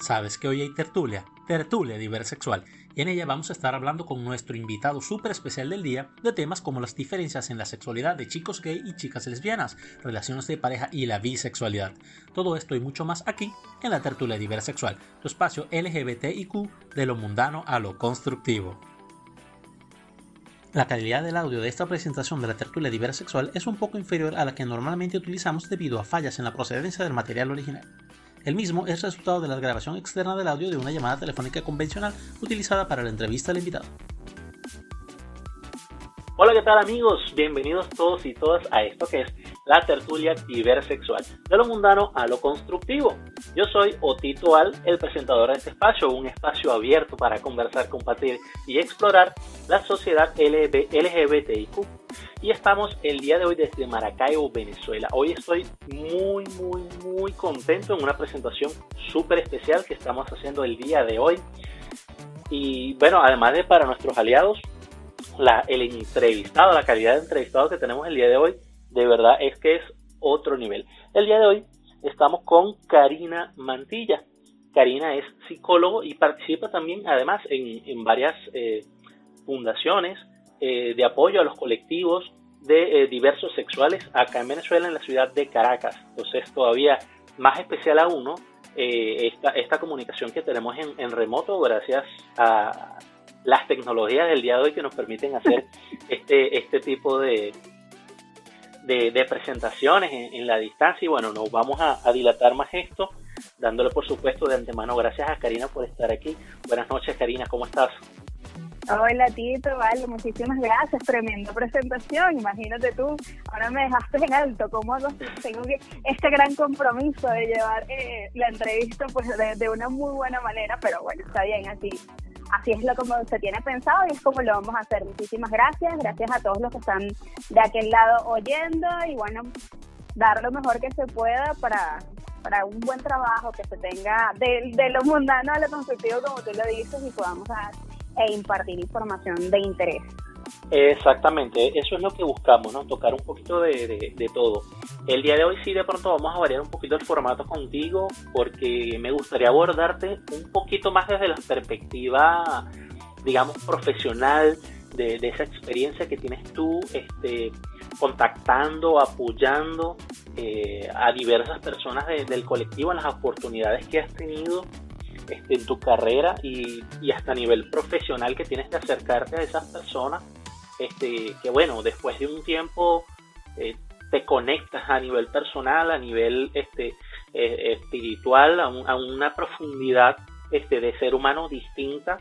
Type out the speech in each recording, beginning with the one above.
Sabes que hoy hay tertulia diversexual, y en ella vamos a estar hablando con nuestro invitado súper especial del día de temas como las diferencias en la sexualidad de chicos gay y chicas lesbianas, relaciones de pareja y la bisexualidad. Todo esto y mucho más aquí en la tertulia diversexual, tu espacio LGBTIQ de lo mundano a lo constructivo. La calidad del audio de esta presentación de la tertulia diversexual es un poco inferior a la que normalmente utilizamos debido a fallas en la procedencia del material original. El mismo es resultado de la grabación externa del audio de una llamada telefónica convencional utilizada para la entrevista al invitado. Hola, ¿qué tal amigos? Bienvenidos todos y todas a esto que es la tertulia diversexual, de lo mundano a lo constructivo. Yo soy Otito Al, el presentador de este espacio, un espacio abierto para conversar, compartir y explorar la sociedad LGBTIQ. Y estamos el día de hoy desde Maracaibo, Venezuela. Hoy estoy muy contento en una presentación súper especial que estamos haciendo el día de hoy. Y bueno, además de para nuestros aliados, el entrevistado, la calidad de entrevistado que tenemos el día de hoy, de verdad es que es otro nivel. El día de hoy estamos con Karina Mantilla. Karina es psicólogo y participa también además en varias fundaciones de apoyo a los colectivos de diversos sexuales acá en Venezuela, en la ciudad de Caracas. Entonces todavía más especial aún, ¿no? Esta comunicación que tenemos en remoto gracias a las tecnologías del día de hoy que nos permiten hacer este tipo de presentaciones en la distancia. Y bueno, no vamos a dilatar más esto, dándole por supuesto de antemano gracias a Karina por estar aquí. Buenas noches, Karina, ¿cómo estás? Hola Tito, vale, muchísimas gracias, tremenda presentación, imagínate tú, ahora me dejaste en alto, ¿cómo hago? Tengo este gran compromiso de llevar la entrevista pues de una muy buena manera, pero bueno, está bien, así es lo como se tiene pensado y es como lo vamos a hacer. Muchísimas gracias a todos los que están de aquel lado oyendo y bueno, dar lo mejor que se pueda para un buen trabajo que se tenga de lo mundano a lo constructivo, como tú lo dices, y podamos impartir información de interés. Exactamente, eso es lo que buscamos, ¿no? Tocar un poquito de todo. El día de hoy sí de pronto vamos a variar un poquito el formato contigo porque me gustaría abordarte un poquito más desde la perspectiva, digamos, profesional de esa experiencia que tienes tú contactando, apoyando a diversas personas del colectivo en las oportunidades que has tenido en tu carrera y hasta a nivel profesional que tienes que acercarte a esas personas que bueno, después de un tiempo te conectas a nivel personal, a nivel espiritual, a una profundidad de ser humano distinta,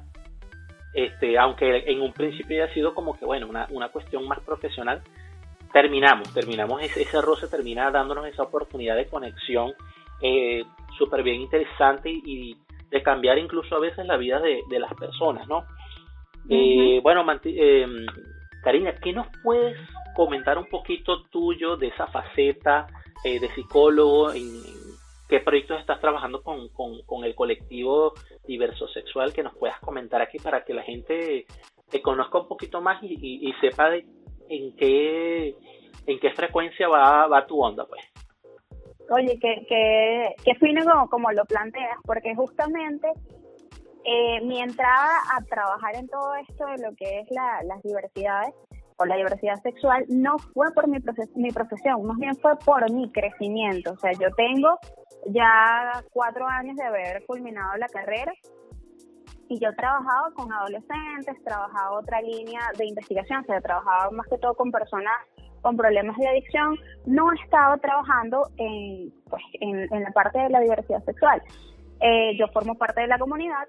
aunque en un principio haya sido como que bueno, una cuestión más profesional. Terminamos ese roce termina dándonos esa oportunidad de conexión súper bien interesante y de cambiar incluso a veces la vida de las personas, ¿no? Uh-huh. Bueno, Karina, ¿qué nos puedes comentar un poquito tuyo de esa faceta de psicólogo? ¿En qué proyectos estás trabajando con el colectivo diversosexual? Que nos puedas comentar aquí para que la gente te conozca un poquito más y sepa en qué frecuencia va tu onda, pues. Oye, que fino como lo planteas, porque justamente mi entrada a trabajar en todo esto de lo que es las diversidades o la diversidad sexual no fue por mi profesión, más bien fue por mi crecimiento. O sea, yo tengo ya 4 años de haber culminado la carrera y yo trabajaba con adolescentes, trabajaba otra línea de investigación, o sea, trabajaba más que todo con personas con problemas de adicción. No estaba trabajando en la parte de la diversidad sexual. Yo formo parte de la comunidad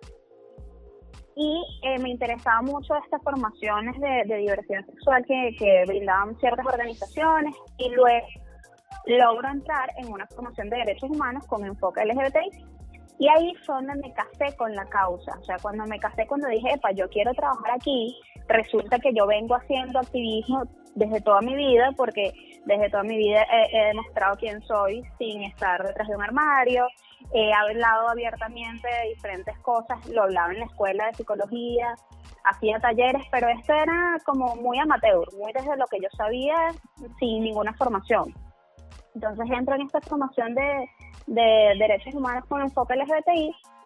y me interesaba mucho estas formaciones de diversidad sexual que brindaban ciertas organizaciones y luego logro entrar en una formación de derechos humanos con enfoque LGBTI. Y ahí fue donde me casé con la causa. O sea, cuando dije, yo quiero trabajar aquí, resulta que yo vengo haciendo activismo desde toda mi vida, porque desde toda mi vida he demostrado quién soy sin estar detrás de un armario. He hablado abiertamente de diferentes cosas, lo hablaba en la escuela de psicología, hacía talleres, pero esto era como muy amateur, muy desde lo que yo sabía, sin ninguna formación. Entonces entro en esta formación de derechos humanos con enfoque LGBTI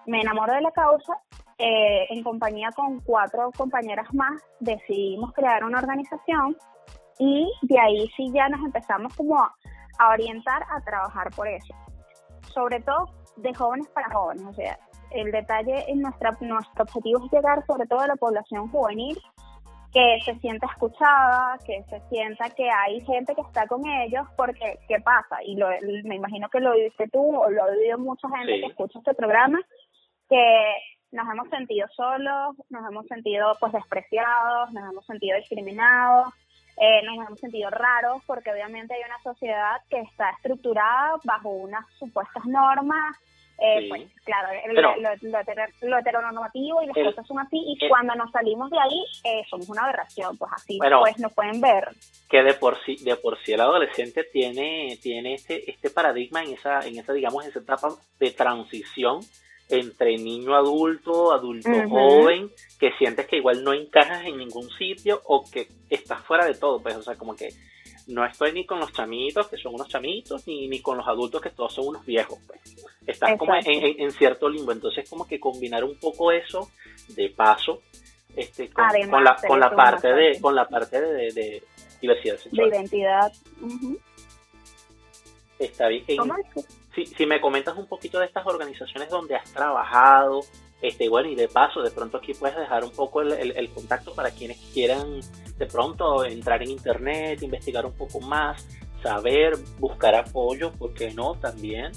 me enamoro de la causa. En compañía con 4 compañeras más decidimos crear una organización y de ahí sí ya nos empezamos como a orientar a trabajar por eso, sobre todo de jóvenes para jóvenes. O sea, el detalle en nuestro objetivo es llegar sobre todo a la población juvenil, que se sienta escuchada, que se sienta que hay gente que está con ellos, porque ¿qué pasa? Y me imagino que lo viviste tú o lo ha vivido mucha gente que escucha este programa, que nos hemos sentido solos, nos hemos sentido pues despreciados, nos hemos sentido discriminados, nos hemos sentido raros, porque obviamente hay una sociedad que está estructurada bajo unas supuestas normas. Pues claro, lo heteronormativo y las cosas son así, y cuando nos salimos de ahí somos una aberración, pues así pues nos pueden ver. Que de por sí el adolescente tiene este paradigma en esa digamos esa etapa de transición entre niño adulto joven, que sientes que igual no encajas en ningún sitio o que estás fuera de todo, pues, o sea, como que no estoy ni con los chamitos, que son unos chamitos, ni con los adultos, que todos son unos viejos, pues. Estás Exacto. como en cierto limbo. Entonces, como que combinar un poco eso, de paso, con la parte de diversidad sexual. De identidad. Está bien. Si me comentas un poquito de estas organizaciones donde has trabajado, bueno, y de paso, de pronto aquí puedes dejar un poco el contacto para quienes quieran de pronto entrar en internet, investigar un poco más, saber, buscar apoyo, ¿por qué no? También,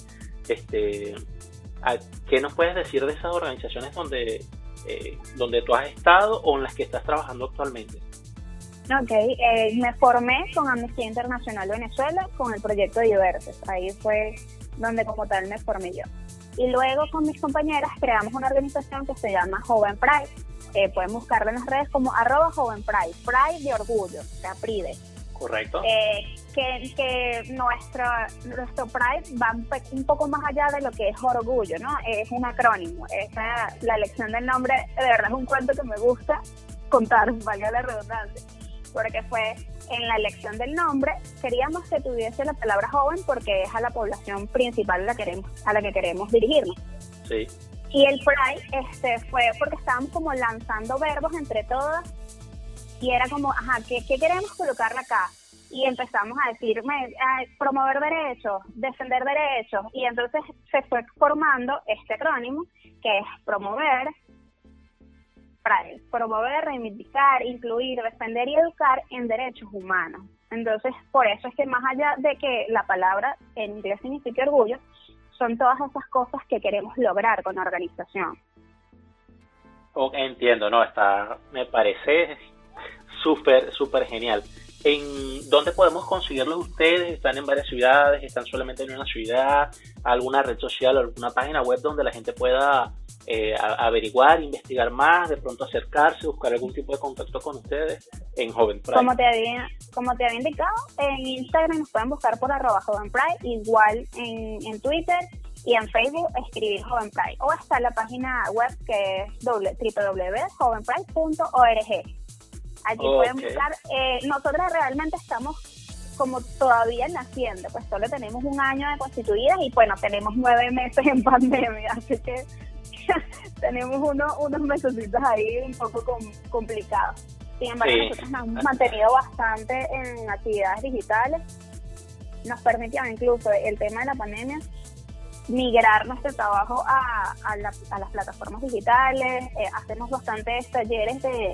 ¿qué nos puedes decir de esas organizaciones donde tú has estado o en las que estás trabajando actualmente? Me formé con Amnistía Internacional Venezuela con el proyecto Diversos. Ahí fue donde como tal me formé yo. Y luego con mis compañeras creamos una organización que se llama Joven Pride. Pueden buscarla en las redes como @Joven Pride, Pride de orgullo, o sea, Pride. Correcto. Que nuestro Pride va un poco más allá de lo que es orgullo, ¿no? Es un acrónimo. La elección del nombre, de verdad, es un cuento que me gusta contar, valga la redundancia, porque fue en la elección del nombre, queríamos que tuviese la palabra joven porque es a la población principal a la que queremos dirigirnos. Sí. Y el Pride fue porque estábamos como lanzando verbos entre todas y era como, ¿qué queremos colocarle acá? Y empezamos a decir, promover derechos, defender derechos, y entonces se fue formando este acrónimo que es promover, reivindicar, incluir, defender y educar en derechos humanos. Entonces, por eso es que más allá de que la palabra en inglés significa orgullo, son todas esas cosas que queremos lograr con la organización. Entiendo, me parece súper genial. ¿En dónde podemos conseguirlos ustedes? ¿Están en varias ciudades? ¿Están solamente en una ciudad? ¿Alguna red social o alguna página web donde la gente pueda averiguar, investigar más, de pronto acercarse, buscar algún tipo de contacto con ustedes en Joven Pride? Como te había indicado, en Instagram nos pueden buscar por @Joven Pride, igual en Twitter y en Facebook escribir Joven Pride, o está la página web que es www.jovenpride.org. Allí pueden buscar. Nosotras realmente estamos como todavía naciendo, pues solo tenemos un año de constituidas y bueno, tenemos 9 meses en pandemia, así que tenemos unos mesecitos ahí un poco complicados. Sin embargo, nosotros nos hemos mantenido bastante en actividades digitales. Nos permitió incluso el tema de la pandemia migrar nuestro trabajo a las plataformas digitales. Hacemos bastantes talleres de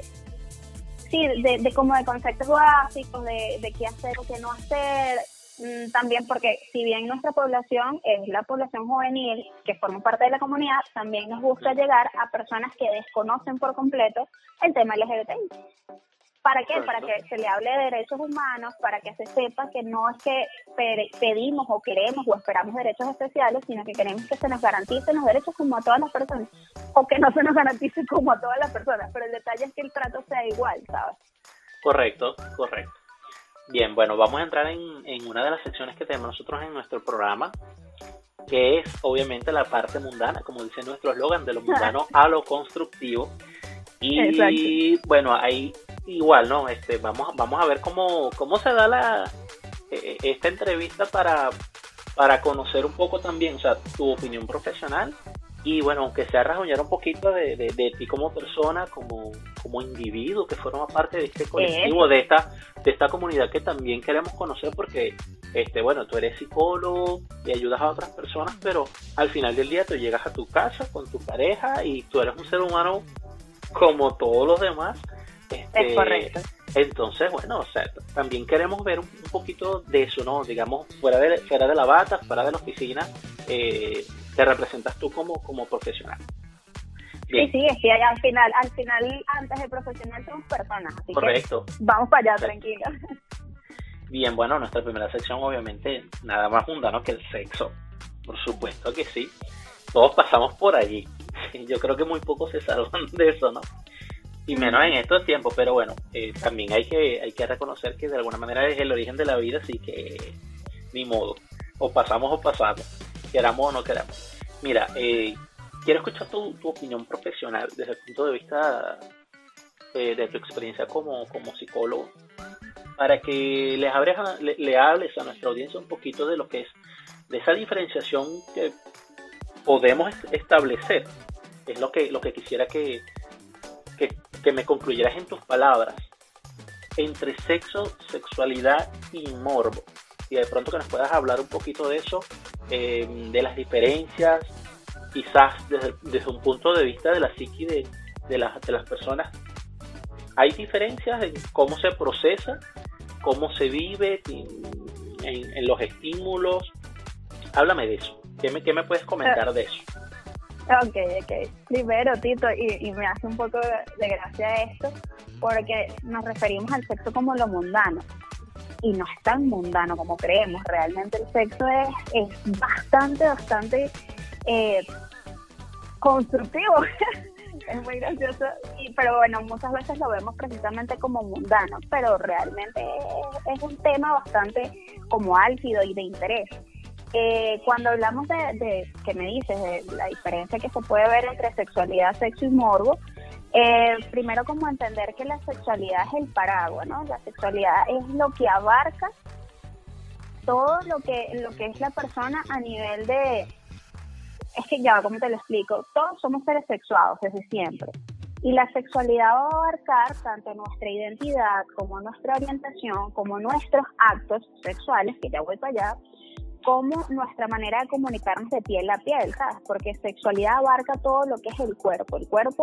como de conceptos básicos, de qué hacer o qué no hacer. También porque si bien nuestra población es la población juvenil que forma parte de la comunidad, también nos gusta llegar a personas que desconocen por completo el tema LGBTI. ¿Para qué? Para que se le hable de derechos humanos, para que se sepa que no es que pedimos o queremos o esperamos derechos especiales, sino que queremos que se nos garanticen los derechos como a todas las personas, o que no se nos garantice como a todas las personas, pero el detalle es que el trato sea igual, ¿sabes? Correcto. Bien, bueno, vamos a entrar en una de las secciones que tenemos nosotros en nuestro programa, que es obviamente la parte mundana, como dice nuestro eslogan, de lo mundano a lo constructivo. Y exacto. Bueno, ahí igual, ¿no? Vamos a ver cómo se da esta entrevista para conocer un poco también, o sea, tu opinión profesional Y bueno, aunque sea rasguñar un poquito de ti como persona, como individuo que forma parte de este colectivo, de esta comunidad que también queremos conocer, porque bueno, tú eres psicólogo y ayudas a otras personas, pero al final del día tú llegas a tu casa con tu pareja y tú eres un ser humano como todos los demás. Es correcto. Entonces, bueno, o sea, también queremos ver un poquito de eso, ¿no? Digamos, fuera de la bata, fuera de la oficina, te representas tú como profesional. Bien. Sí, es que al final, antes de profesional somos personas, así correcto. Que vamos para allá, tranquila. Bien, bueno, nuestra primera sección obviamente nada más mundano que el sexo, por supuesto que sí, todos pasamos por allí, yo creo que muy pocos se salvan de eso, ¿no? Y menos en estos tiempos, pero bueno, también hay que reconocer que de alguna manera es el origen de la vida, así que ni modo, o pasamos, queramos o no queramos. Mira, quiero escuchar tu opinión profesional desde el punto de vista de tu experiencia como psicólogo, para que le hables a nuestra audiencia un poquito de lo que es, de esa diferenciación que podemos establecer. Es lo que quisiera que me concluyeras en tus palabras, entre sexo, sexualidad y morbo. Y de pronto que nos puedas hablar un poquito de eso, de las diferencias, quizás desde un punto de vista de la psique de las personas. ¿Hay diferencias en cómo se procesa, cómo se vive, en los estímulos? Háblame de eso. ¿Qué me puedes comentar de eso? Ok. Primero, Tito, y me hace un poco de gracia esto, porque nos referimos al sexo como lo mundano. Y no es tan mundano como creemos. Realmente el sexo es bastante constructivo. Es muy gracioso, pero bueno, muchas veces lo vemos precisamente como mundano, pero realmente es un tema bastante como álgido y de interés. Cuando hablamos de que me dices, de la diferencia que se puede ver entre sexualidad, sexo y morbo, primero como entender que la sexualidad es el paraguas, ¿no? La sexualidad es lo que abarca todo lo que es la persona a nivel de... Es que ya, ¿cómo te lo explico? Todos somos seres sexuados desde siempre. Y la sexualidad va a abarcar tanto nuestra identidad como nuestra orientación, como nuestros actos sexuales, que ya voy para allá, como nuestra manera de comunicarnos de piel a piel, ¿sabes? Porque sexualidad abarca todo lo que es el cuerpo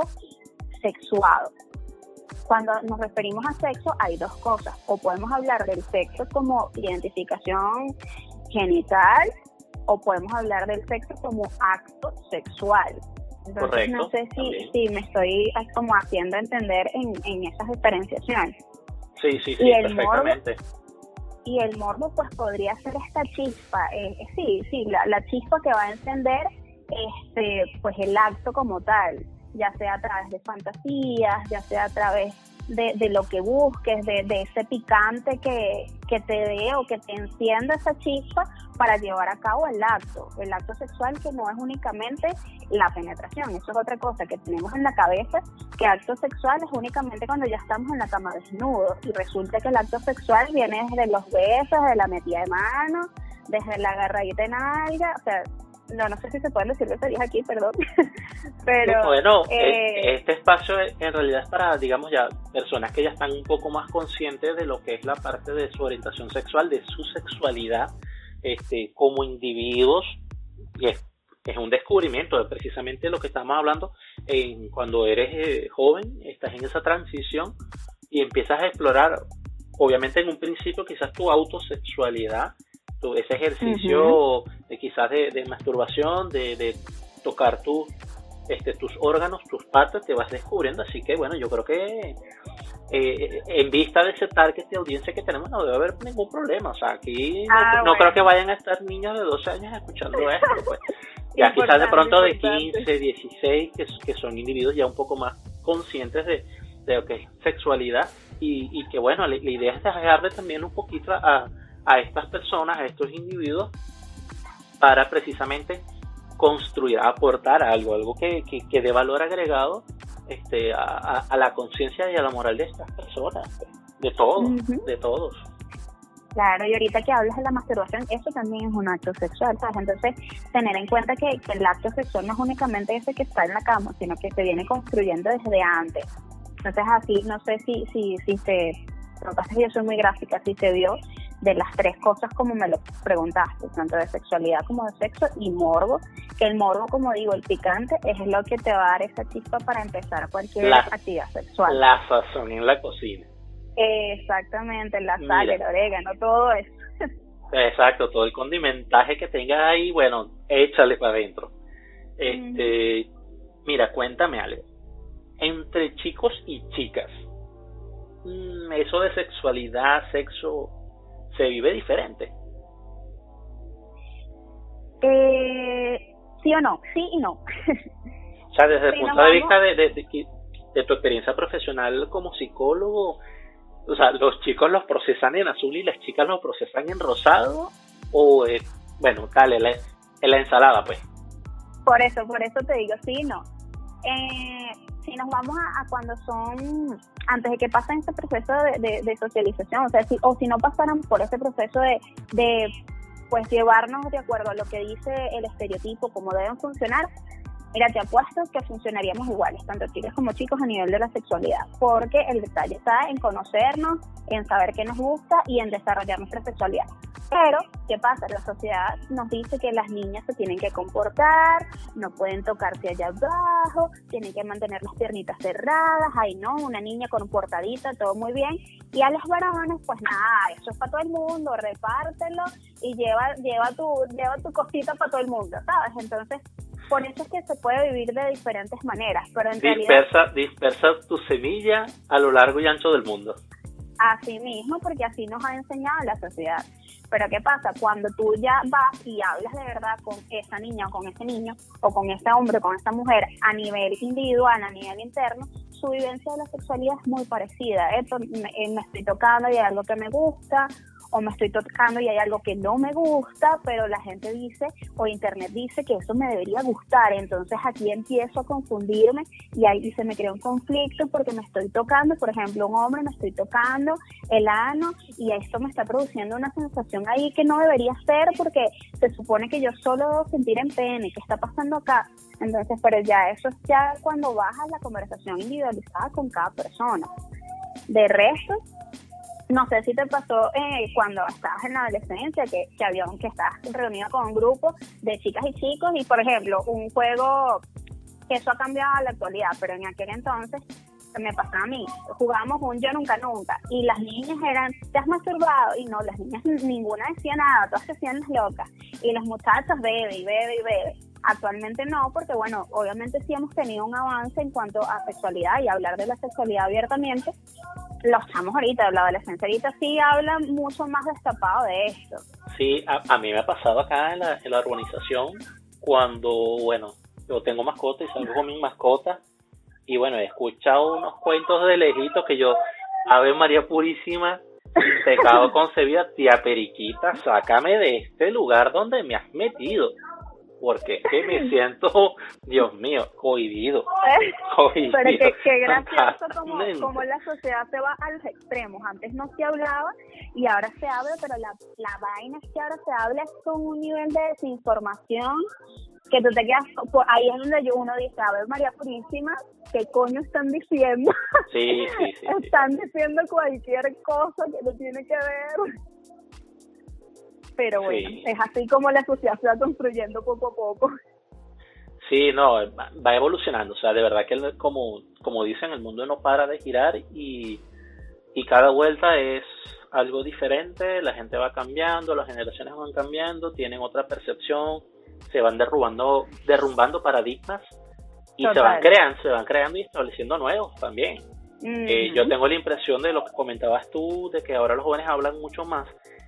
sexuado. Cuando nos referimos a sexo hay dos cosas. O podemos hablar del sexo como identificación genital, o podemos hablar del sexo como acto sexual. Entonces, correcto, no sé si me estoy como haciendo entender en esas diferenciaciones. Sí, perfectamente. Y el morbo pues podría ser esta chispa, la chispa que va a encender pues el acto como tal, ya sea a través de fantasías, ya sea a través de lo que busques, de ese picante que te dé o que te encienda esa chispa para llevar a cabo el acto sexual, que no es únicamente la penetración. Eso es otra cosa que tenemos en la cabeza, que acto sexual es únicamente cuando ya estamos en la cama desnudos, y resulta que el acto sexual viene desde los besos, de la metida de mano, desde la agarradita en nalga, o sea, no sé si se pueden decir groserías aquí, perdón, pero... Bueno, este espacio en realidad es para, digamos, ya personas que ya están un poco más conscientes de lo que es la parte de su orientación sexual, de su sexualidad, como individuos, y es un descubrimiento de precisamente lo que estamos hablando. Cuando eres joven, estás en esa transición y empiezas a explorar, obviamente en un principio quizás tu autosexualidad, ese ejercicio de quizás de masturbación, de tocar tus órganos, tus partes, te vas descubriendo. Así que bueno, yo creo que en vista de ese target de audiencia que tenemos, no debe haber ningún problema. O sea, aquí no creo que vayan a estar niños de 12 años escuchando esto, pues. Ya quizás de pronto de 15, 16, que son individuos ya un poco más conscientes de lo que es sexualidad, y que bueno, la idea es dejarle también un poquito a estas personas, a estos individuos, para precisamente construir, aportar algo que dé valor agregado a la conciencia y a la moral de estas personas, de todos. Claro, y ahorita que hablas de la masturbación, eso también es un acto sexual, ¿sabes? Entonces, tener en cuenta que el acto sexual no es únicamente ese que está en la cama, sino que se viene construyendo desde antes. Entonces, así, no sé si se, lo que pasa es que yo soy muy gráfica, si se vio de las tres cosas como me lo preguntaste, tanto de sexualidad como de sexo y morbo, que el morbo, como digo, el picante, es lo que te va a dar esa chispa para empezar cualquier actividad sexual. La sazón en la cocina. Exactamente, la sal, el orégano, todo eso. Exacto, todo el condimentaje que tengas ahí, bueno, échale para adentro. Mira, cuéntame algo. Entre chicos y chicas, eso de sexualidad, sexo, ¿se vive diferente? Sí o no, sí y no. O sea, desde el punto de vista de tu experiencia profesional como psicólogo, o sea, ¿los chicos los procesan en azul y las chicas los procesan en rosado? O, bueno, dale, la ensalada, pues. Por eso te digo, sí y no. Si nos vamos a cuando son, antes de que pasen este proceso de socialización, o sea, si no pasaran por ese proceso de pues llevarnos de acuerdo a lo que dice el estereotipo, cómo deben funcionar, mira, te apuesto que funcionaríamos iguales, tanto chicas como chicos a nivel de la sexualidad, porque el detalle está en conocernos, en saber qué nos gusta y en desarrollar nuestra sexualidad. Pero, ¿qué pasa? La sociedad nos dice que las niñas se tienen que comportar, no pueden tocarse allá abajo, tienen que mantener las piernitas cerradas, ay no, una niña con portadita, todo muy bien. Y a los varones, pues nada, eso es para todo el mundo, repártelo y lleva tu cosita para todo el mundo, ¿sabes? Entonces, por eso es que se puede vivir de diferentes maneras, pero en realidad... Dispersa tu semilla a lo largo y ancho del mundo. Así mismo, porque así nos ha enseñado la sociedad. Pero ¿qué pasa? Cuando tú ya vas y hablas de verdad con esa niña o con ese niño, o con ese hombre o con esa mujer a nivel individual, a nivel interno, su vivencia de la sexualidad es muy parecida. Me estoy tocando y hay algo que me gusta, o me estoy tocando y hay algo que no me gusta, pero la gente dice, o internet dice que eso me debería gustar, entonces aquí empiezo a confundirme y ahí se me crea un conflicto porque me estoy tocando, por ejemplo, un hombre, me estoy tocando el ano y esto me está produciendo una sensación ahí que no debería ser porque se supone que yo solo debo sentir en pene, ¿qué está pasando acá? Entonces, pero ya eso es ya cuando bajas la conversación individualizada con cada persona. De resto, no sé si te pasó cuando estabas en la adolescencia que estabas reunido con un grupo de chicas y chicos y, por ejemplo, un juego que eso ha cambiado a la actualidad, pero en aquel entonces me pasaba a mí, jugábamos un yo nunca nunca y las niñas eran, ¿te has masturbado? Y no, las niñas ninguna decía nada, todas se hacían las locas y los muchachos bebe y bebe y bebe. Actualmente no, porque bueno, obviamente sí hemos tenido un avance en cuanto a sexualidad y hablar de la sexualidad abiertamente. Los chamos ahorita, la adolescencia ahorita sí habla mucho más destapado de esto. Sí, a mí me ha pasado acá en la urbanización cuando, bueno, yo tengo mascota y salgo con mi mascota y bueno, he escuchado unos cuentos de lejitos que yo, Ave María Purísima, pecado concebida, tía Periquita, sácame de este lugar donde me has metido. Porque es que me siento, Dios mío, cohibido. Pero qué gracioso como la sociedad se va a los extremos. Antes no se hablaba y ahora se habla, pero la vaina es que ahora se habla con un nivel de desinformación que tú te quedas, ahí es donde uno dice, a ver, María Purísima, ¿qué coño están diciendo? Sí. Están diciendo cualquier cosa que no tiene que ver. Pero bueno, sí. Es así como la sociedad se va construyendo poco a poco. Sí, no, va evolucionando, o sea, de verdad que como dicen, el mundo no para de girar y cada vuelta es algo diferente, la gente va cambiando, las generaciones van cambiando, tienen otra percepción, se van derrumbando paradigmas y se van creando y estableciendo nuevos también. Uh-huh. Yo tengo la impresión de lo que comentabas tú, de que ahora los jóvenes hablan mucho más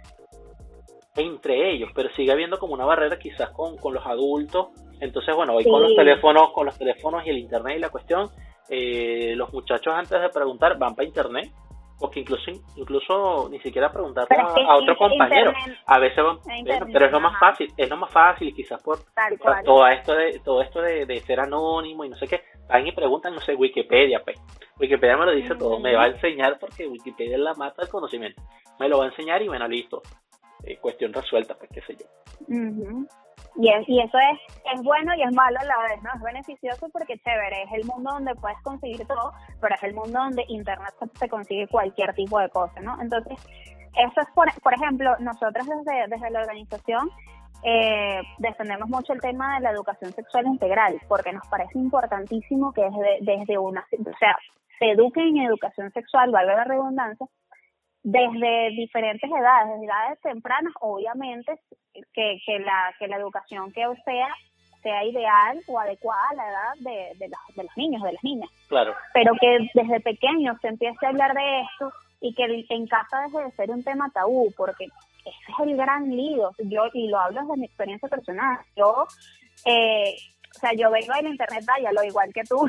entre ellos, pero sigue habiendo como una barrera quizás con los adultos. Entonces, bueno, hoy sí. con los teléfonos y el internet y la cuestión, los muchachos antes de preguntar van para internet, porque incluso ni siquiera preguntar a otro compañero. Internet, a veces van, pero es lo más fácil, y quizás por todo esto de ser anónimo y no sé qué, van y preguntan, no sé, Wikipedia, pues. Wikipedia me lo dice todo, me va a enseñar porque Wikipedia es la mata del conocimiento. Me lo va a enseñar y bueno, listo. Cuestión resuelta, pues qué sé yo. Y eso es bueno y es malo a la vez, ¿no? Es beneficioso porque chévere, es el mundo donde puedes conseguir todo, pero es el mundo donde internet se consigue cualquier tipo de cosa, ¿no? Entonces, eso es, por ejemplo, nosotros desde la organización defendemos mucho el tema de la educación sexual integral, porque nos parece importantísimo que desde o sea, se eduque en educación sexual, valga la redundancia, desde diferentes edades, desde edades tempranas, obviamente que la educación que sea ideal o adecuada a la edad de los niños, de las niñas. Claro. Pero que desde pequeños se empiece a hablar de esto y que en casa deje de ser un tema tabú, porque ese es el gran lío. Y lo hablo desde mi experiencia personal. Yo vengo del internet, lo igual que tú,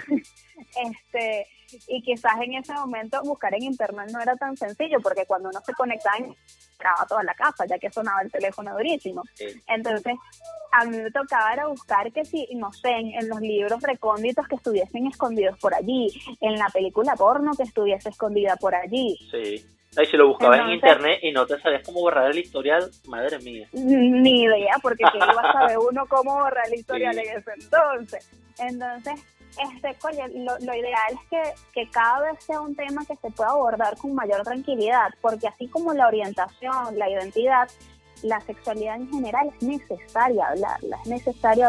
y quizás en ese momento buscar en internet no era tan sencillo, porque cuando uno se conectaba entraba toda la casa, ya que sonaba el teléfono durísimo. Sí. Entonces, a mí me tocaba era buscar que si, no sé, en los libros recónditos que estuviesen escondidos por allí, en la película porno que estuviese escondida por allí. Sí. Y si lo buscabas en internet y no te sabías cómo borrar el historial, madre mía. Ni idea, porque ¿qué iba a saber uno cómo borrar el historial en ese entonces? Entonces, lo ideal es que cada vez sea un tema que se pueda abordar con mayor tranquilidad, porque así como la orientación, la identidad, la sexualidad en general es necesaria hablarla, es necesario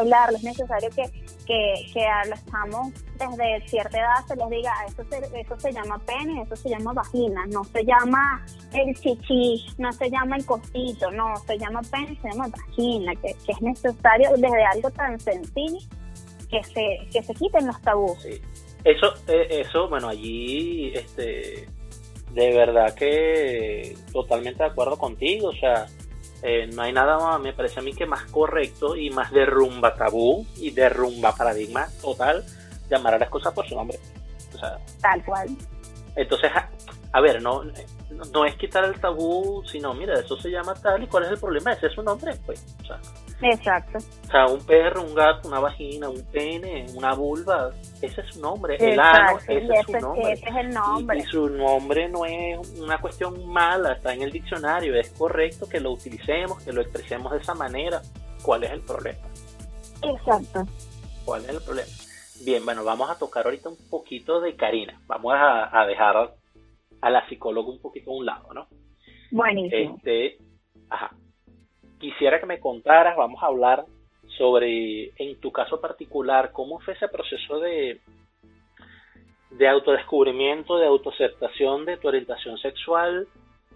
que a los chamos desde cierta edad se les diga eso se llama pene, eso se llama vagina, no se llama el chichi, no se llama el cosito, no, se llama pene, se llama vagina, que es necesario desde algo tan sencillo que se quiten los tabús. Sí. Eso, bueno, allí de verdad que totalmente de acuerdo contigo, o sea, no hay nada más, me parece a mí, que más correcto y más derrumba tabú y derrumba paradigma total llamar a las cosas por su nombre. O sea, tal cual. Entonces, a ver, no es quitar el tabú, sino, mira, eso se llama tal, y ¿cuál es el problema? Ese es su nombre, pues. O sea, exacto. O sea, un perro, un gato, una vagina, un pene, una vulva, ese es su nombre. Exacto. El ano, ese es su nombre. Ese es el nombre. Y su nombre no es una cuestión mala, está en el diccionario, es correcto que lo utilicemos, que lo expresemos de esa manera. ¿Cuál es el problema? Exacto. ¿Cuál es el problema? Bien, bueno, vamos a tocar ahorita un poquito de Karina. Vamos a dejar a la psicóloga un poquito a un lado, ¿no? Buenísimo. Quisiera que me contaras, vamos a hablar sobre, en tu caso particular, cómo fue ese proceso de autodescubrimiento, de autoaceptación de tu orientación sexual.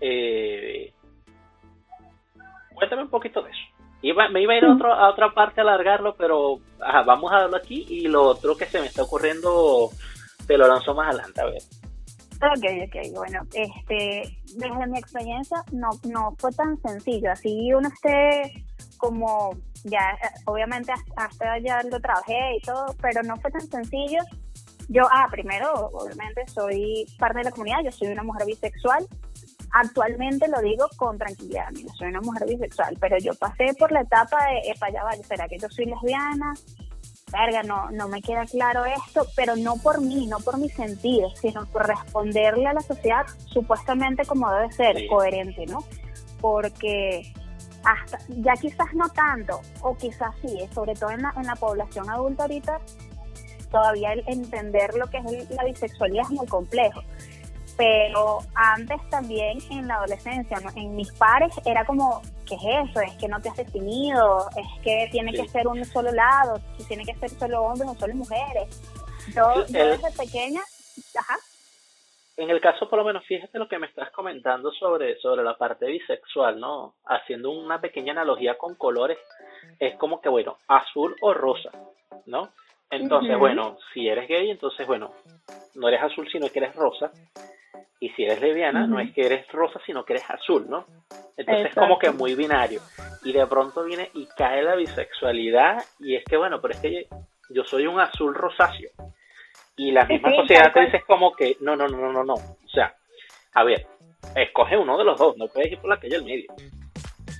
Cuéntame un poquito de eso. Me iba a ir a otra parte a alargarlo, pero vamos a darlo aquí, y lo otro que se me está ocurriendo te lo lanzo más adelante, a ver. Okay, bueno, desde mi experiencia no fue tan sencillo, así uno esté como, ya, obviamente hasta ya lo trabajé y todo, pero no fue tan sencillo. Yo, primero, obviamente soy parte de la comunidad, yo soy una mujer bisexual, actualmente lo digo con tranquilidad, mira, soy una mujer bisexual, pero yo pasé por la etapa de, ya vaya, ¿será que yo soy lesbiana? Verga, no me queda claro esto, pero no por mí, no por mis sentidos, sino por responderle a la sociedad supuestamente como debe ser, sí, coherente, ¿no? Porque hasta ya quizás no tanto, o quizás sí, sobre todo en la población adulta ahorita, todavía el entender lo que es la bisexualidad es muy complejo. Pero antes también en la adolescencia, ¿no? En mis pares era como, ¿qué es eso? Es que no te has definido, es que tiene que ser un solo lado, tiene que ser solo hombres o solo mujeres. Yo desde pequeña, En el caso, por lo menos, fíjate lo que me estás comentando sobre la parte bisexual, ¿no? Haciendo una pequeña analogía con colores, es como que, bueno, azul o rosa, ¿no? Entonces, bueno, si eres gay, entonces, bueno, no eres azul, sino que eres rosa. Y si eres lesbiana, no es que eres rosa, sino que eres azul, ¿no? Entonces es como que muy binario. Y de pronto viene y cae la bisexualidad, y es que, bueno, pero es que yo soy un azul rosáceo. Y la misma sociedad te dice como que, no. O sea, a ver, escoge uno de los dos, no puedes ir por la calle al medio.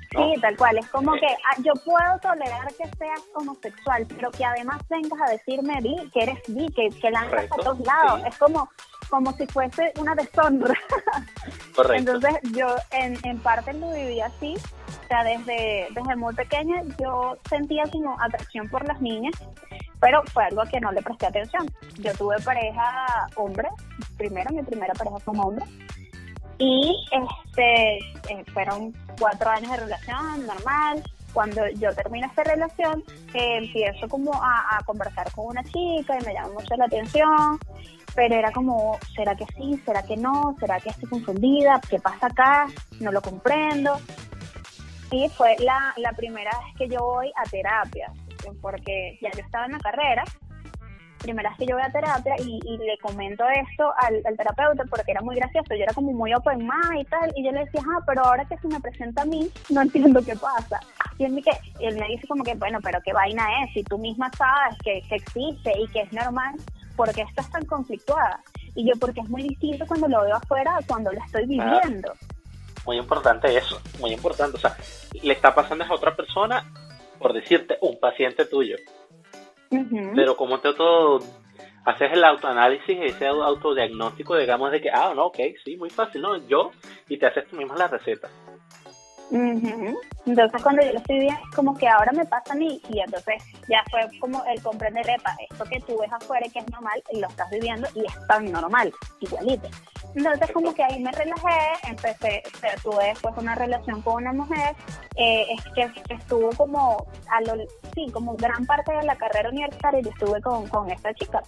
¿no? Sí, tal cual. Es como que yo puedo tolerar que seas homosexual, pero que además vengas a decirme que eres bi, que lanzas a todos lados. Sí. Es como si fuese una deshonra. Correcto. Entonces yo en parte lo viví así. O sea, desde muy pequeña yo sentía como atracción por las niñas, pero fue algo que no le presté atención. Yo tuve pareja hombre, mi primera pareja fue un hombre, y fueron 4 años de relación normal. Cuando yo termino esta relación, empiezo como a conversar con una chica y me llama mucho la atención, pero era como, ¿será que sí? ¿Será que no? ¿Será que estoy confundida? ¿Qué pasa acá? No lo comprendo. Y fue la primera vez que yo voy a terapia, porque ya yo estaba en la carrera, primera vez que yo voy a terapia y le comento esto al terapeuta porque era muy gracioso, yo era como muy open mind y tal, y yo le decía, pero ahora que se me presenta a mí, no entiendo qué pasa. Y él me dice como que, bueno, pero qué vaina es, si tú misma sabes que existe y que es normal, ¿por qué estás tan conflictuada? Y yo, porque es muy distinto cuando lo veo afuera a cuando lo estoy viviendo. Muy importante eso, muy importante. O sea, le está pasando a otra persona, por decirte, un paciente tuyo. Uh-huh. Pero como te haces el autoanálisis, ese autodiagnóstico, digamos, de que, no, ok, sí, muy fácil, ¿no? Y te haces tú misma la receta. Uh-huh. Entonces cuando yo lo estoy viendo, como que ahora me pasa a mí, y entonces ya fue como el comprender, esto que tú ves afuera y que es normal, y lo estás viviendo y es tan normal, igualito. Entonces como que ahí me relajé, tuve después una relación con una mujer, que estuvo como como gran parte de la carrera universitaria, y estuve con esta chica.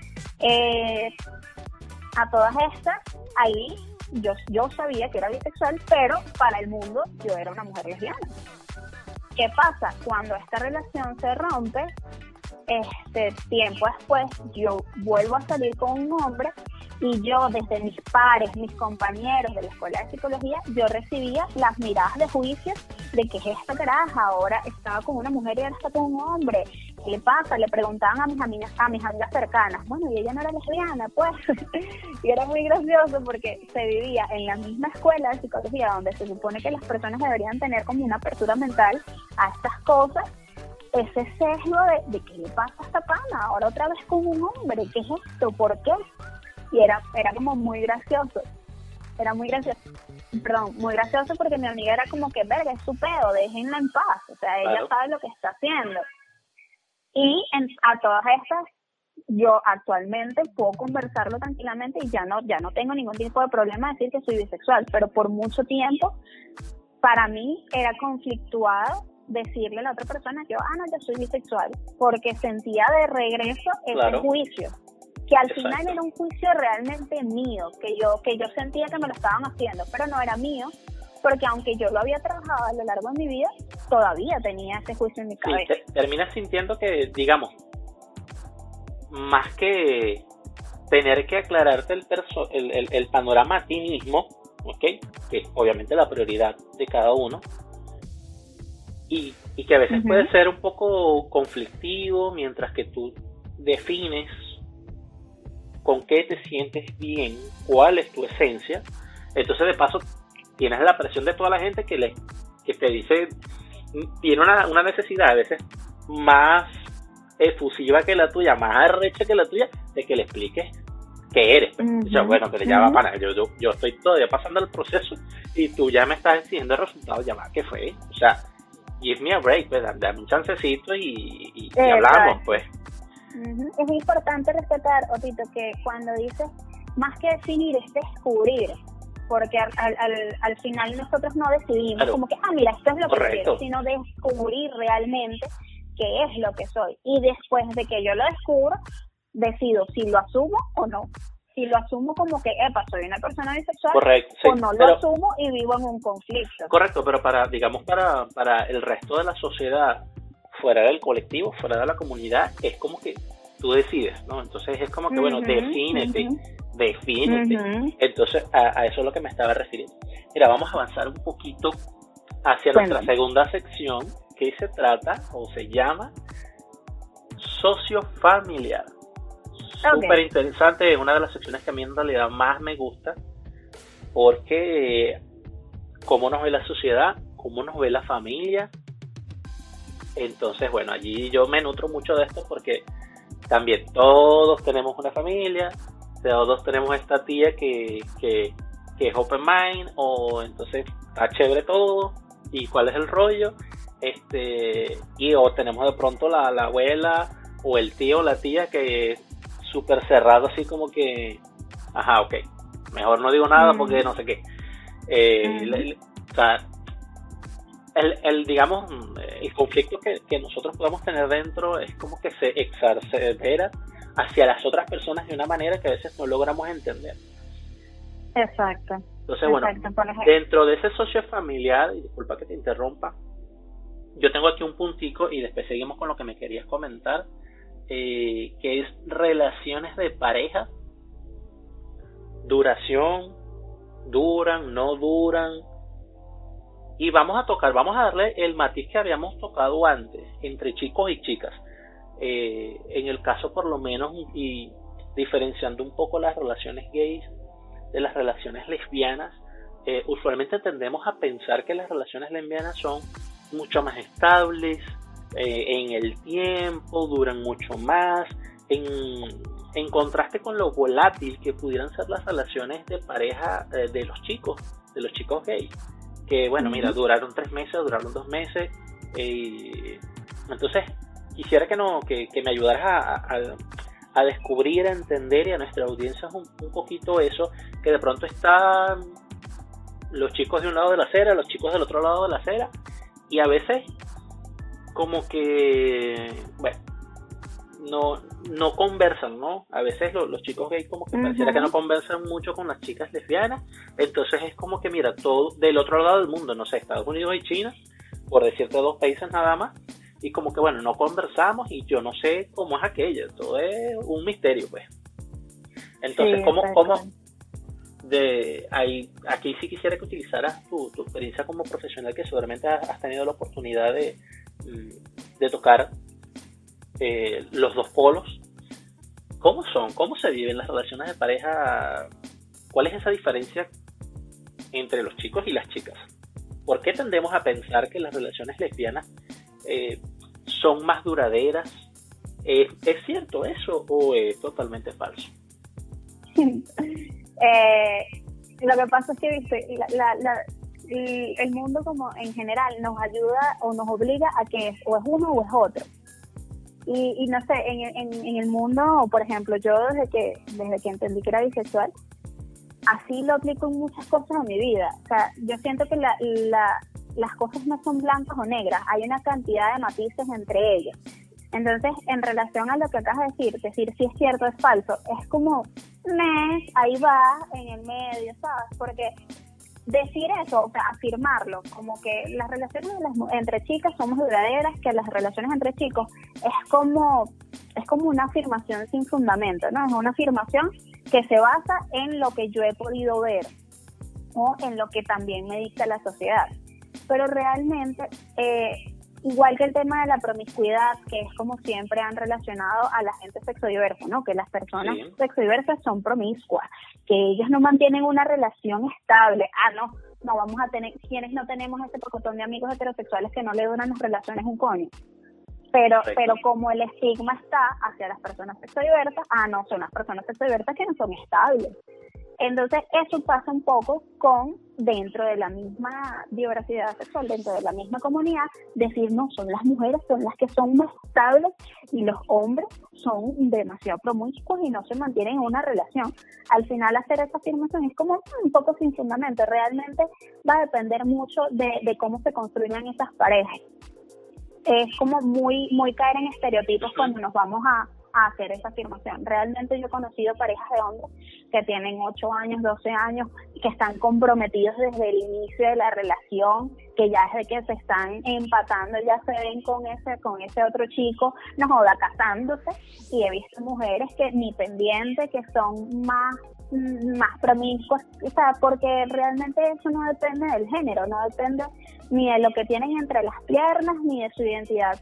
A todas estas, ahí yo sabía que era bisexual, pero para el mundo yo era una mujer lesbiana. ¿Qué pasa? Cuando esta relación se rompe, tiempo después yo vuelvo a salir con un hombre, y yo desde mis pares, mis compañeros de la escuela de psicología, yo recibía las miradas de juicio de que es esta caraja, ahora estaba con una mujer y ahora está con un hombre. ¿Qué le pasa? Le preguntaban a mis amigas cercanas. Bueno, y ella no era lesbiana, pues. Y era muy gracioso porque se vivía en la misma escuela de psicología, donde se supone que las personas deberían tener como una apertura mental a estas cosas, ese sesgo de ¿qué le pasa a esta pana? Ahora otra vez con un hombre, ¿qué es esto? ¿Por qué? Y era como muy gracioso. Muy gracioso porque mi amiga era como que, verga, es su pedo, déjenla en paz. O sea, ella sabe lo que está haciendo. Y a todas estas, yo actualmente puedo conversarlo tranquilamente y ya no tengo ningún tipo de problema de decir que soy bisexual, pero por mucho tiempo, para mí era conflictuado decirle a la otra persona que no, yo soy bisexual, porque sentía de regreso ese juicio, que al final era un juicio realmente mío, que yo sentía que me lo estaban haciendo, pero no era mío, porque aunque yo lo había trabajado a lo largo de mi vida, todavía tenía ese juicio en mi cabeza. Sí, terminas sintiendo que, digamos, más que tener que aclararte el panorama a ti mismo, ¿okay? Que es obviamente la prioridad de cada uno, y que a veces puede ser un poco conflictivo mientras que tú defines con qué te sientes bien, cuál es tu esencia. Entonces, de paso, tienes la presión de toda la gente que te dice, tiene una necesidad a veces más efusiva que la tuya, más arrecha que la tuya, de que le expliques qué eres. O sea, bueno, pero ya va, pana, yo estoy todavía pasando el proceso y tú ya me estás exigiendo el resultado, ya va, ¿qué fue? O sea, give me a break, pues, dame un chancecito y hablamos, pues. Es importante respetar, Otito, que cuando dices, más que definir, es descubrir, porque al final nosotros no decidimos como que, mira, esto es lo que quiero, sino descubrir realmente qué es lo que soy. Y después de que yo lo descubro, decido si lo asumo o no. Si lo asumo como que, soy una persona bisexual, o no lo asumo y vivo en un conflicto. Correcto, pero para el resto de la sociedad, fuera del colectivo, fuera de la comunidad, es como que tú decides, ¿no? Entonces es como que, bueno, defínete. Entonces a eso es lo que me estaba refiriendo. Mira, vamos a avanzar un poquito hacia nuestra segunda sección, que se trata o se llama sociofamiliar. Súper interesante, es una de las secciones que a mí en realidad más me gusta, porque cómo nos ve la sociedad, cómo nos ve la familia. Entonces, bueno, allí yo me nutro mucho de esto porque también todos tenemos una familia, todos tenemos esta tía que es open mind, o entonces está chévere todo, y cuál es el rollo, y o tenemos de pronto la abuela o el tío o la tía que es súper cerrado, así como que, ajá, ok, mejor no digo nada porque no sé qué. O sea, digamos, el conflicto que nosotros podemos tener dentro es como que se exacerbera hacia las otras personas de una manera que a veces no logramos entender. Exacto. Entonces, bueno, dentro de ese socio familiar, y disculpa que te interrumpa, yo tengo aquí un puntico y después seguimos con lo que me querías comentar, que es relaciones de pareja, duración, duran, no duran, y vamos a darle el matiz que habíamos tocado antes, entre chicos y chicas. En el caso por lo menos, y diferenciando un poco las relaciones gays de las relaciones lesbianas, usualmente tendemos a pensar que las relaciones lesbianas son mucho más estables en el tiempo, duran mucho más, en contraste con lo volátil que pudieran ser las relaciones de pareja de los chicos gays, que bueno, mira, duraron 3 meses, duraron 2 meses, entonces quisiera que me ayudaras a descubrir, a entender, y a nuestra audiencia un poquito eso, que de pronto están los chicos de un lado de la acera, los chicos del otro lado de la acera, y a veces como que, bueno, no conversan, ¿no? A veces los chicos gays como que pareciera que no conversan mucho con las chicas lesbianas, entonces es como que, mira, todo del otro lado del mundo, no sé, Estados Unidos y China, por decirte 2 países nada más, y como que, bueno, no conversamos y yo no sé cómo es aquello, todo es un misterio, pues. Entonces, sí, aquí sí quisiera que utilizaras tu experiencia como profesional, que seguramente has tenido la oportunidad de tocar los dos polos. ¿Cómo se viven las relaciones de pareja? ¿Cuál es esa diferencia entre los chicos y las chicas? ¿Por qué tendemos a pensar que las relaciones lesbianas son más duraderas? ¿Es cierto eso o es totalmente falso? Lo que pasa es que, viste, el mundo como en general nos ayuda o nos obliga a que o es uno o es otro. Y no sé, en el mundo, por ejemplo, yo desde que entendí que era bisexual, así lo aplico en muchas cosas en mi vida. O sea, yo siento que las cosas no son blancas o negras, hay una cantidad de matices entre ellas. Entonces, en relación a lo que acabas de decir si es cierto o es falso, es como, ahí va, en el medio, ¿sabes? Porque decir eso, o sea, afirmarlo, como que las relaciones entre chicas son más duraderas que las relaciones entre chicos, es como una afirmación sin fundamento, ¿no? Es una afirmación que se basa en lo que yo he podido ver o en lo que también me dicta la sociedad. Pero realmente, igual que el tema de la promiscuidad, que es como siempre han relacionado a la gente sexodiversa, ¿no? Que las personas sexodiversas son promiscuas, que ellas no mantienen una relación estable. No vamos a tener, quienes no tenemos ese pocotón de amigos heterosexuales que no le duran las relaciones un coño. Pero como el estigma está hacia las personas sexodiversas, son las personas sexodiversas que no son estables. Entonces, eso pasa un poco con, dentro de la misma diversidad sexual, dentro de la misma comunidad, decir, no, son las mujeres, son las que son más estables y los hombres son demasiado promiscuos y no se mantienen en una relación. Al final, hacer esa afirmación es como un poco sin fundamento. Realmente va a depender mucho de cómo se construyan esas parejas. Es como muy caer en estereotipos cuando nos vamos a hacer esa afirmación. Realmente yo he conocido parejas de hombres que tienen 8 años, 12 años, que están comprometidos desde el inicio de la relación, que ya desde que se están empatando ya se ven con ese otro chico, no joda, casándose, y he visto mujeres que ni pendientes, que son más promiscuas, o sea, porque realmente eso no depende del género, no depende ni de lo que tienen entre las piernas, ni de su identidad,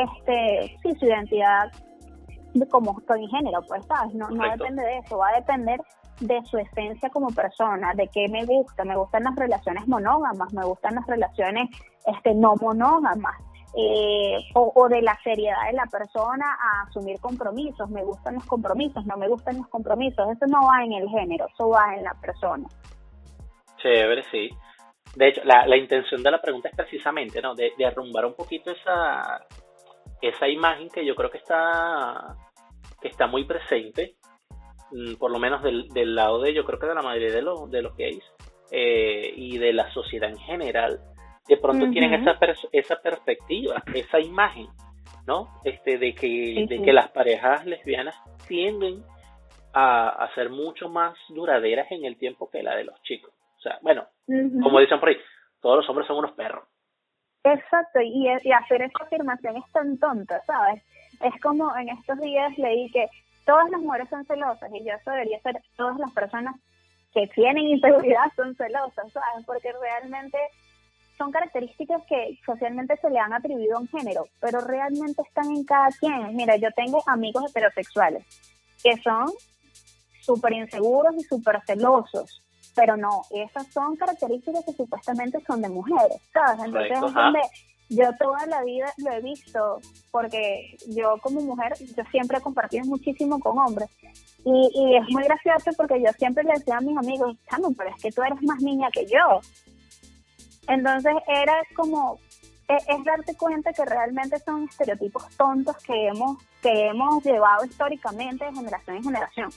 su identidad como género, pues, ¿sabes? No depende de eso, va a depender de su esencia como persona, de qué me gustan las relaciones monógamas, me gustan las relaciones no monógamas, o de la seriedad de la persona a asumir compromisos, me gustan los compromisos, no me gustan los compromisos, eso no va en el género, eso va en la persona. Chévere, sí. De hecho, la intención de la pregunta es precisamente, ¿no? De arrumbar un poquito esa imagen que yo creo que está muy presente, por lo menos del lado yo creo que de la mayoría de los gays, y de la sociedad en general. De pronto tienen esa perspectiva, esa imagen, ¿no? De que las parejas lesbianas tienden a ser mucho más duraderas en el tiempo que la de los chicos. O sea, bueno, como dicen por ahí, todos los hombres son unos perros. Exacto, y hacer esa afirmación es tan tonta, ¿sabes? Es como en estos días leí que todas las mujeres son celosas, y eso debería ser todas las personas que tienen inseguridad son celosas, ¿sabes? Porque realmente son características que socialmente se le han atribuido a un género, pero realmente están en cada quien. Mira, yo tengo amigos heterosexuales que son súper inseguros y súper celosos, pero no, esas son características que supuestamente son de mujeres, ¿sabes? Entonces es donde yo toda la vida lo he visto, porque yo como mujer, yo siempre he compartido muchísimo con hombres, y es muy gracioso porque yo siempre le decía a mis amigos, chamo, pero es que tú eres más niña que yo. Entonces era como, es darte cuenta que realmente son estereotipos tontos que hemos llevado históricamente de generación en generación.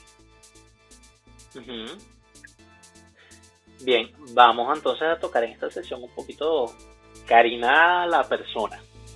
Bien, vamos entonces a tocar en esta sesión un poquito, Karina, la persona.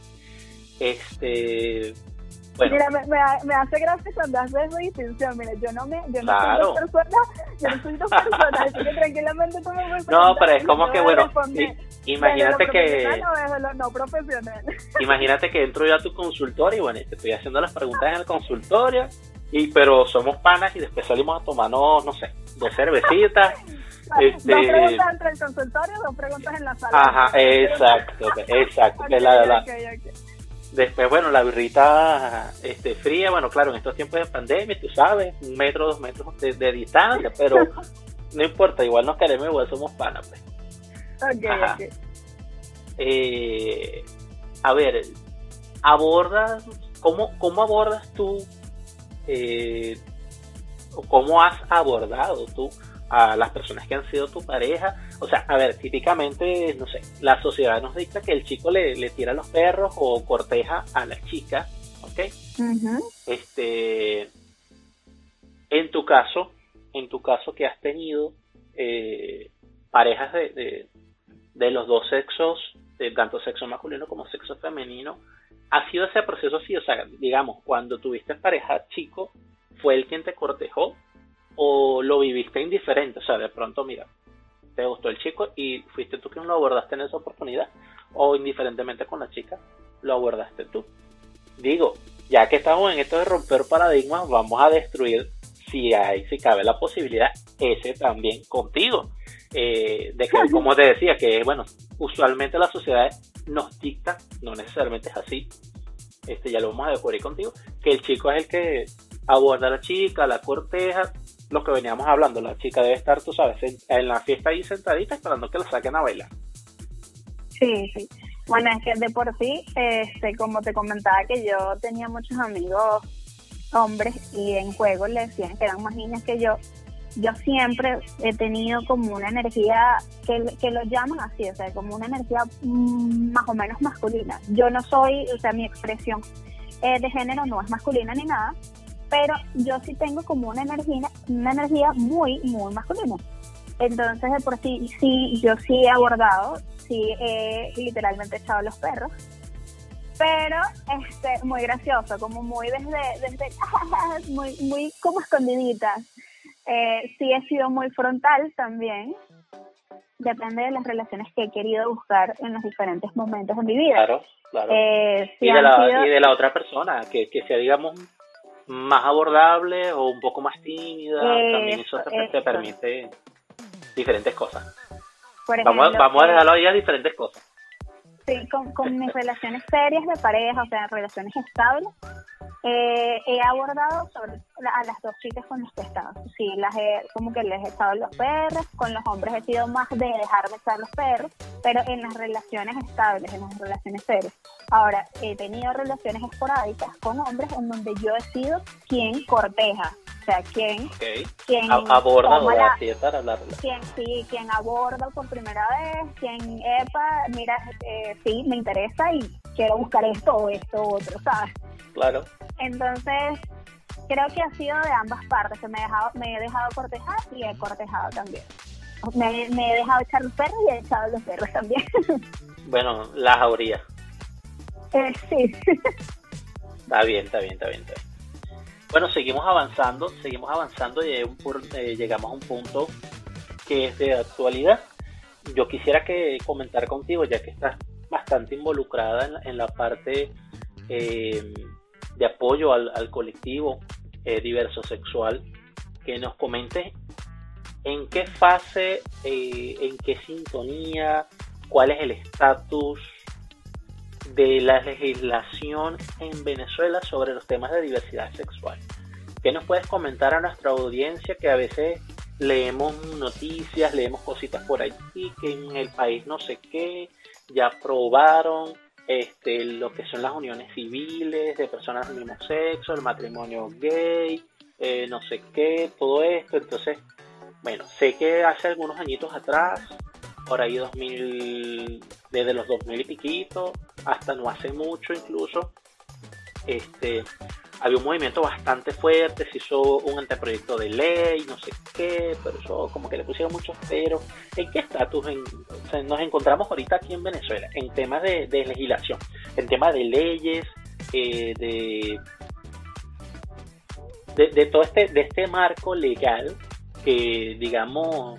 Bueno. Mira, me hace gracia cuando haces esa distinción. Mira, yo no claro. soy dos personas, así que tranquilamente tú me puedes No, pero es como que, bueno, imagínate que... No profesional. Imagínate que entro yo a tu consultorio y bueno, te estoy haciendo las preguntas en el consultorio, pero somos panas y después salimos a tomarnos, no sé, 2 cervecitas. Dos preguntas entre el consultorio, 2 preguntas en la sala. Ajá, exacto. Okay. Después, bueno, la birrita fría, bueno, claro, en estos tiempos de pandemia, tú sabes, 1 metro, 2 metros de distancia, pero no importa, igual nos queremos, igual somos panas, pues. Okay. A ver, ¿cómo abordas tú, o cómo has abordado tú a las personas que han sido tu pareja? O sea, a ver, típicamente, no sé, la sociedad nos dicta que el chico le tira a los perros o corteja a la chica, ¿ok? En tu caso que has tenido parejas de los dos sexos, de tanto sexo masculino como sexo femenino, ¿ha sido ese proceso así? O sea, digamos, cuando tuviste pareja chico, ¿fue él quien te cortejó o lo viviste indiferente? O sea, de pronto, mira, te gustó el chico y fuiste tú quien lo abordaste en esa oportunidad, o indiferentemente con la chica lo abordaste tú. Digo, ya que estamos en esto de romper paradigmas, vamos a destruir, si cabe la posibilidad, ese también contigo, de que, como te decía, que bueno, usualmente la sociedad nos dicta, no necesariamente es así, ya lo vamos a descubrir contigo, que el chico es el que aborda a la chica, la corteja, lo que veníamos hablando, la chica debe estar, tú sabes, en la fiesta ahí sentadita esperando que la saquen a bailar. Sí. Bueno, es que de por sí, como te comentaba, que yo tenía muchos amigos hombres y en juego le decían que eran más niñas que yo siempre he tenido como una energía que lo llaman así, o sea, como una energía más o menos masculina. Yo no soy, o sea, mi expresión de género no es masculina ni nada, pero yo sí tengo como una energía muy, muy masculina. Entonces, de por sí, yo sí he abordado, sí he literalmente echado los perros, pero muy gracioso, como muy desde muy como escondidita. Sí he sido muy frontal también, depende de las relaciones que he querido buscar en los diferentes momentos de mi vida. Claro. Sí, y de la otra persona, que sea, digamos, más abordable o un poco más tímida, también eso te permite diferentes cosas. Por ejemplo, vamos a dejarlo ahí a diferentes cosas. Sí, con mis relaciones serias de pareja, o sea, relaciones estables, he abordado a las dos chicas con las que he estado. Sí, como que les he echado los perros, con los hombres he sido más de dejarme echar los perros, pero en las relaciones estables, en las relaciones serias. Ahora, he tenido relaciones esporádicas con hombres en donde yo he sido quien corteja, o sea, quien aborda o para hablarla. Quien aborda por primera vez, quien, mira, sí, me interesa y quiero buscar esto o esto o otro, ¿sabes? Claro. Entonces, creo que ha sido de ambas partes, que me he dejado cortejar y he cortejado también. Me he dejado echar los perros y he echado los perros también. Bueno, las habría. Sí. Está bien. Bueno, seguimos avanzando y llegamos a un punto que es de actualidad. Yo quisiera comentar contigo, ya que estás bastante involucrada en la parte de apoyo al colectivo diverso sexual, que nos comentes en qué fase, en qué sintonía, cuál es el estatus de la legislación en Venezuela sobre los temas de diversidad sexual. ¿Qué nos puedes comentar a nuestra audiencia, que a veces leemos noticias, leemos cositas por allí, que en el país no sé qué, ya aprobaron lo que son las uniones civiles de personas del mismo sexo, el matrimonio gay, no sé qué, todo esto? Entonces, bueno, sé que hace algunos añitos atrás, por ahí desde los 2000 y piquito, hasta no hace mucho incluso, había un movimiento bastante fuerte, se hizo un anteproyecto de ley, no sé qué, pero eso como que le pusieron muchos peros. ¿En qué estatus nos encontramos ahorita aquí en Venezuela? En temas de legislación, en temas de leyes, de todo este marco legal que, digamos,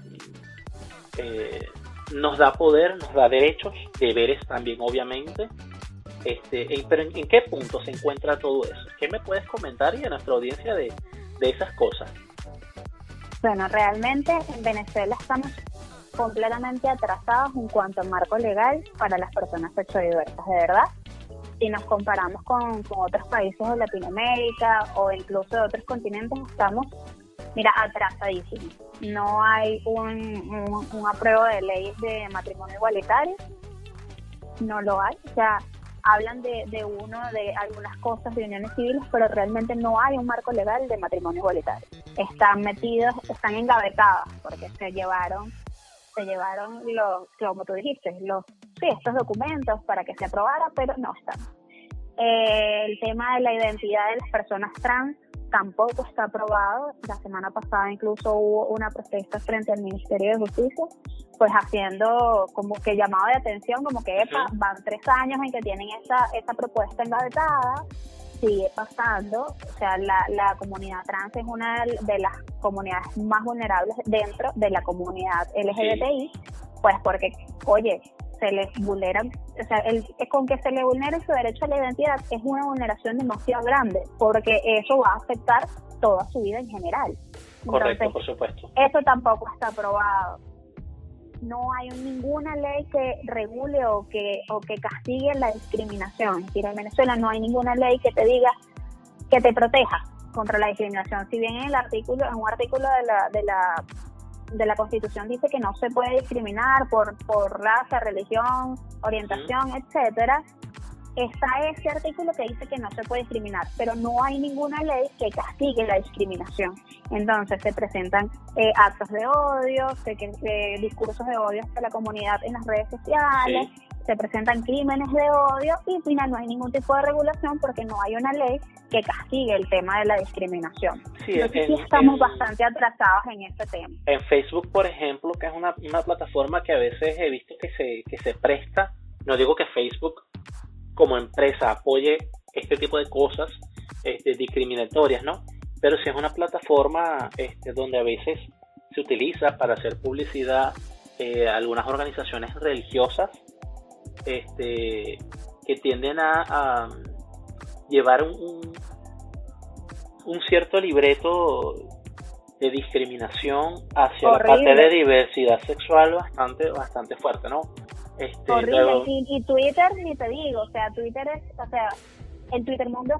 nos da poder, nos da derechos, deberes también, obviamente. Pero ¿en qué punto se encuentra todo eso? ¿Qué me puedes comentar y a nuestra audiencia de esas cosas? Bueno, realmente en Venezuela estamos completamente atrasados en cuanto al marco legal para las personas sexodiversas, de verdad. Si nos comparamos con otros países de Latinoamérica o incluso de otros continentes, estamos, mira, atrasadísimos. No hay un apruebo de ley de matrimonio igualitario, no lo hay. O sea, hablan de algunas cosas de uniones civiles, pero realmente no hay un marco legal de matrimonio igualitario. Están engavetadas, porque se llevaron como tú dijiste, estos documentos para que se aprobara, pero no están. El tema de la identidad de las personas trans tampoco está aprobado. La semana pasada incluso hubo una protesta frente al Ministerio de Justicia, pues haciendo como que llamado de atención, como que van 3 años en que tienen esa propuesta engavetada, sigue pasando. O sea, la comunidad trans es una de las comunidades más vulnerables dentro de la comunidad LGBTI, pues porque, oye, se les vulneran, o sea, con que se le vulnere su derecho a la identidad es una vulneración demasiado grande, porque eso va a afectar toda su vida en general. Correcto. Entonces, por supuesto. Eso tampoco está aprobado. No hay ninguna ley que regule o que castigue la discriminación. Es decir, en Venezuela no hay ninguna ley que te diga, que te proteja contra la discriminación. Si bien en un artículo de la Constitución dice que no se puede discriminar por raza, religión, orientación, etcétera, está ese artículo que dice que no se puede discriminar, pero no hay ninguna ley que castigue la discriminación. Entonces se presentan actos de odio, discursos de odio hacia la comunidad en las redes sociales, se presentan crímenes de odio y al final no hay ningún tipo de regulación porque no hay una ley que castigue el tema de la discriminación. Entonces sí estamos bastante atrasados en este tema. En Facebook, por ejemplo, que es una plataforma que a veces he visto que se presta, no digo que Facebook como empresa apoye este tipo de cosas discriminatorias, ¿no? Pero sí es una plataforma donde a veces se utiliza para hacer publicidad algunas organizaciones religiosas que tienden a llevar un cierto libreto de discriminación hacia la parte de diversidad sexual bastante fuerte, ¿no? Horrible. Y Twitter, ni te digo, o sea, el Twitter mundo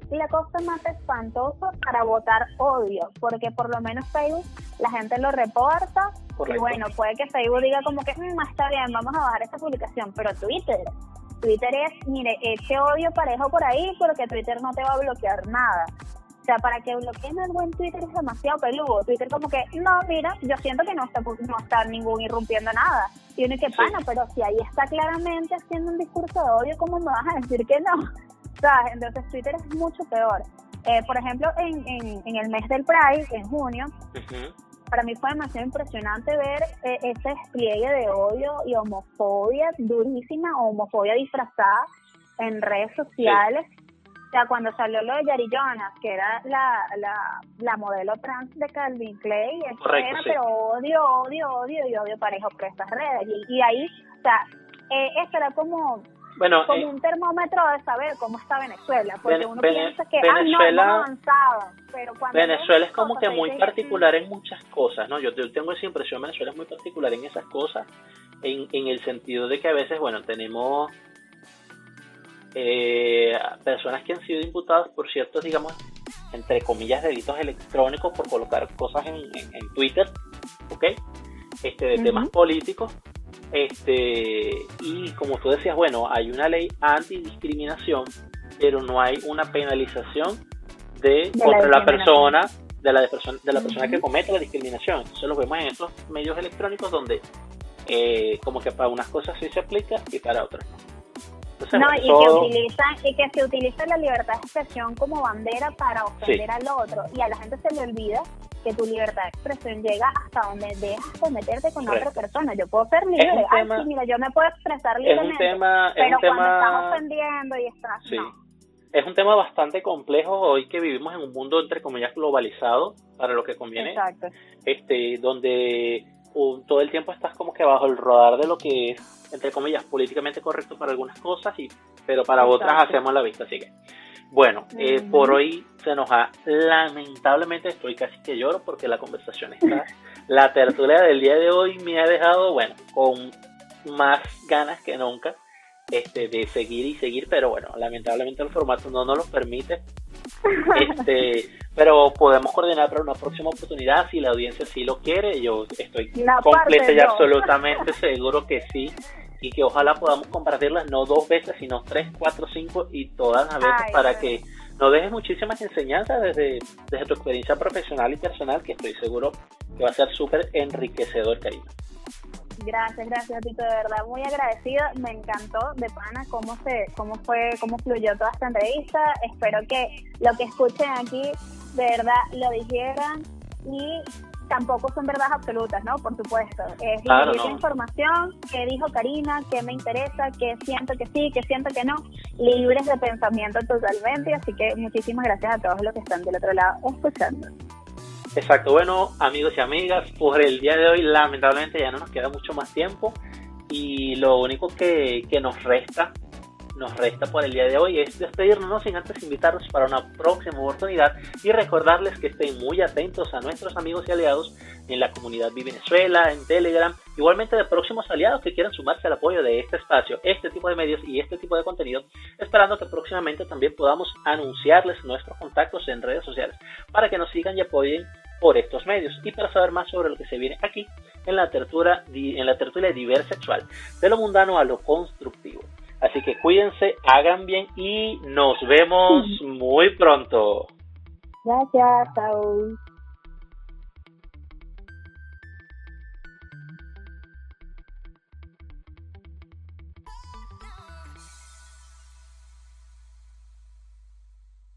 la cosa más espantosa para votar odio, porque por lo menos Facebook la gente lo reporta. Correcto. Y bueno, puede que Facebook diga como que está bien, vamos a bajar esta publicación, pero Twitter es, mire, eche odio parejo por ahí porque Twitter no te va a bloquear nada. O sea, para que bloqueen algo en Twitter es demasiado peludo. Twitter como que, no, mira, yo siento que no está ningún irrumpiendo nada. Y uno que pana, pero si ahí está claramente haciendo un discurso de odio, ¿cómo me vas a decir que no? ¿Sabes? Entonces Twitter es mucho peor. Por ejemplo, en el mes del Pride, en junio, para mí fue demasiado impresionante ver ese despliegue de odio y homofobia durísima, o homofobia disfrazada en redes sociales. Sí. O sea, cuando salió lo de Yari Jonas, que era la modelo trans de Calvin Klein, eso era, sí. Pero odio parejo por estas redes. Y ahí, o sea, eso era como un termómetro de saber cómo está Venezuela, porque uno piensa que Venezuela, no avanzado, pero cuando Venezuela es como que muy particular en muchas cosas, ¿no? Yo tengo esa impresión, Venezuela es muy particular en esas cosas, en el sentido de que a veces, tenemos personas que han sido imputadas por ciertos, digamos, entre comillas, delitos electrónicos por colocar cosas en Twitter, ¿ok? De temas políticos. Y como tú decías, hay una ley antidiscriminación, pero no hay una penalización contra la persona de la persona que comete la discriminación. Entonces lo vemos en estos medios electrónicos donde como que para unas cosas sí se aplica y para otras no. Entonces, que se utiliza la libertad de expresión como bandera para ofender al otro, y a la gente se le olvida que tu libertad de expresión llega hasta donde dejas de meterte con otra persona. Yo puedo ser libre, mira, yo me puedo expresar libremente, pero cuando estás ofendiendo y estás, no. Es un tema bastante complejo hoy que vivimos en un mundo entre comillas globalizado, para lo que conviene. Exacto. Donde todo el tiempo estás como que bajo el radar de lo que es, entre comillas, políticamente correcto para algunas cosas, pero para otras hacemos la vista. Así que, por hoy se nos ha, lamentablemente estoy casi que lloro porque la conversación está, la tertulia del día de hoy me ha dejado, con más ganas que nunca de seguir, pero lamentablemente el formato no nos lo permite. Pero podemos coordinar para una próxima oportunidad si la audiencia sí lo quiere. Yo estoy completa y absolutamente seguro que sí, y que ojalá podamos compartirlas no 2 veces, sino 3, 4, 5 y todas las veces, para que nos dejes muchísimas enseñanzas desde tu experiencia profesional y personal, que estoy seguro que va a ser súper enriquecedor, Karina. Gracias a ti, de verdad, muy agradecida. Me encantó de pana cómo fluyó toda esta entrevista. Espero que lo que escuchen aquí de verdad lo dijeran, y tampoco son verdades absolutas, ¿no? Por supuesto. Es información, qué dijo Karina, qué me interesa, qué siento que sí, qué siento que no, libres de pensamiento totalmente. Así que muchísimas gracias a todos los que están del otro lado escuchando. Exacto, amigos y amigas, por el día de hoy lamentablemente ya no nos queda mucho más tiempo, y lo único que nos resta por el día de hoy es despedirnos, no sin antes invitarlos para una próxima oportunidad y recordarles que estén muy atentos a nuestros amigos y aliados en la comunidad Vivenezuela, en Telegram, igualmente de próximos aliados que quieran sumarse al apoyo de este espacio, este tipo de medios y este tipo de contenido, esperando que próximamente también podamos anunciarles nuestros contactos en redes sociales para que nos sigan y apoyen por estos medios, y para saber más sobre lo que se viene aquí en la tertulia Diversexual, de lo mundano a lo constructivo. Así que cuídense, hagan bien y nos vemos muy pronto. Gracias, chao.